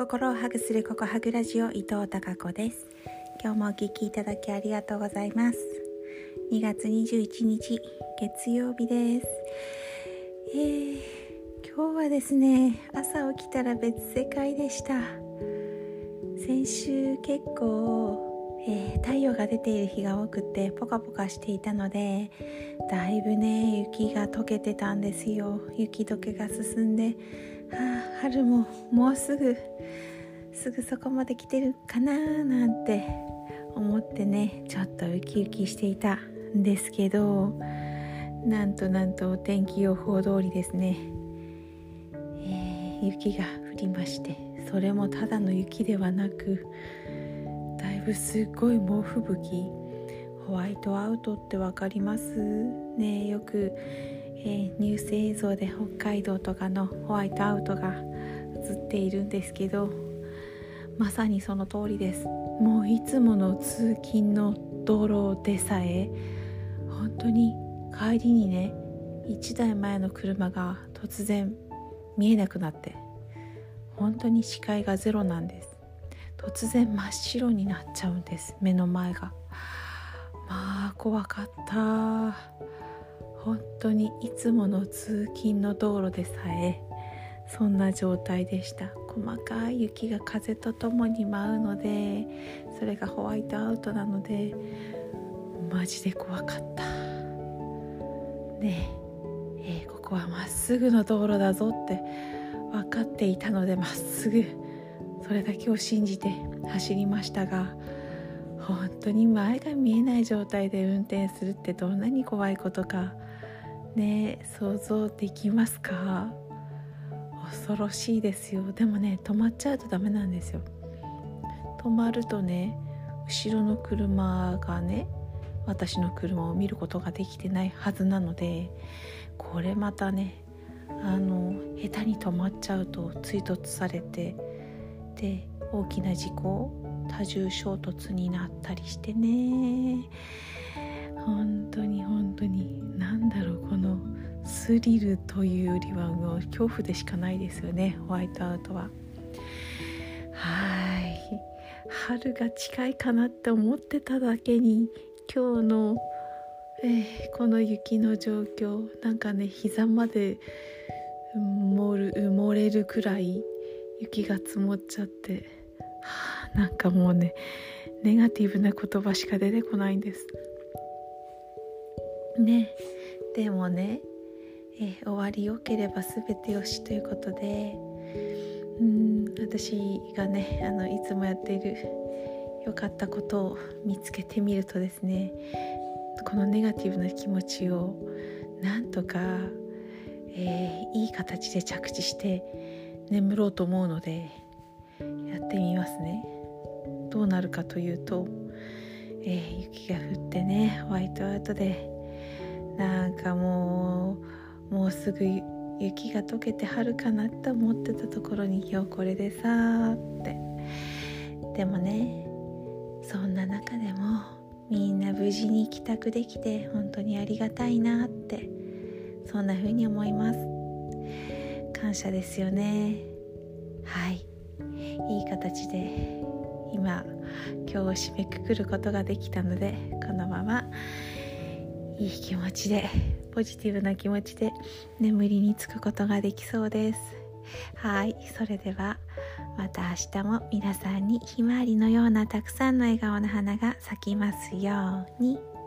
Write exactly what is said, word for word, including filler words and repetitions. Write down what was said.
心をハグするココハグラジオ、伊藤孝子です。今日もお聞きいただきありがとうございます。にがつにじゅういちにち月曜日です。えー、今日はですね、朝起きたら別世界でした。先週結構、えー、太陽が出ている日が多くてポカポカしていたので、だいぶね雪が溶けてたんですよ。雪解けが進んで、はあ、春ももうすぐすぐそこまで来てるかななんて思ってね、ちょっとウキウキしていたんですけど、なんとなんとお天気予報通りですね、えー、雪が降りまして、それもただの雪ではなく、だいぶすっごい猛吹雪、ホワイトアウトってわかりますね。よく、えー、ニュース映像で北海道とかのホワイトアウトが映っているんですけど、まさにその通りです。もういつもの通勤の道路でさえ本当に帰りにね、いちだいまえの車が突然見えなくなって、本当に視界がゼロなんです。突然真っ白になっちゃうんです、目の前が。まあ怖かった。本当にいつもの通勤の道路でさえそんな状態でした。細かい雪が風とともに舞うので、それがホワイトアウトなのでマジで怖かったねえ。えー、ここはまっすぐの道路だぞって分かっていたので、まっすぐそれだけを信じて走りましたが、本当に前が見えない状態で運転するってどんなに怖いことかね、想像できますか？恐ろしいですよ。でもね、止まっちゃうとダメなんですよ。止まるとね、後ろの車がね、私の車を見ることができてないはずなので、これまたね、あの下手に止まっちゃうと追突されて、で大きな事故、多重衝突になったりしてね、本当に本当になんだろう、このスリルというよりはもう恐怖でしかないですよね、ホワイトアウトは。はい、春が近いかなって思ってただけに、今日の、えー、この雪の状況、なんかね、膝まで埋もる埋もれるくらい雪が積もっちゃって、はあ、なんかもうね、ネガティブな言葉しか出てこないんですね。でもね、え終わりよければすべてよしということで、うーん私がね、あのいつもやっている良かったことを見つけてみるとですね、このネガティブな気持ちをなんとか、えー、いい形で着地して眠ろうと思うのでやってみますね。どうなるかというと、えー、雪が降ってね、ホワイトアウトで、なんかもうもうすぐ雪が溶けて春かなって思ってたところに、今日これでさーって。でもね、そんな中でもみんな無事に帰宅できて本当にありがたいなって、そんな風に思います。感謝ですよね。はい、いい形で今今日を締めくくることができたので、このままいい気持ちで、ポジティブな気持ちで眠りにつくことができそうです。はい、それではまた明日も皆さんにひまわりのようなたくさんの笑顔の花が咲きますように。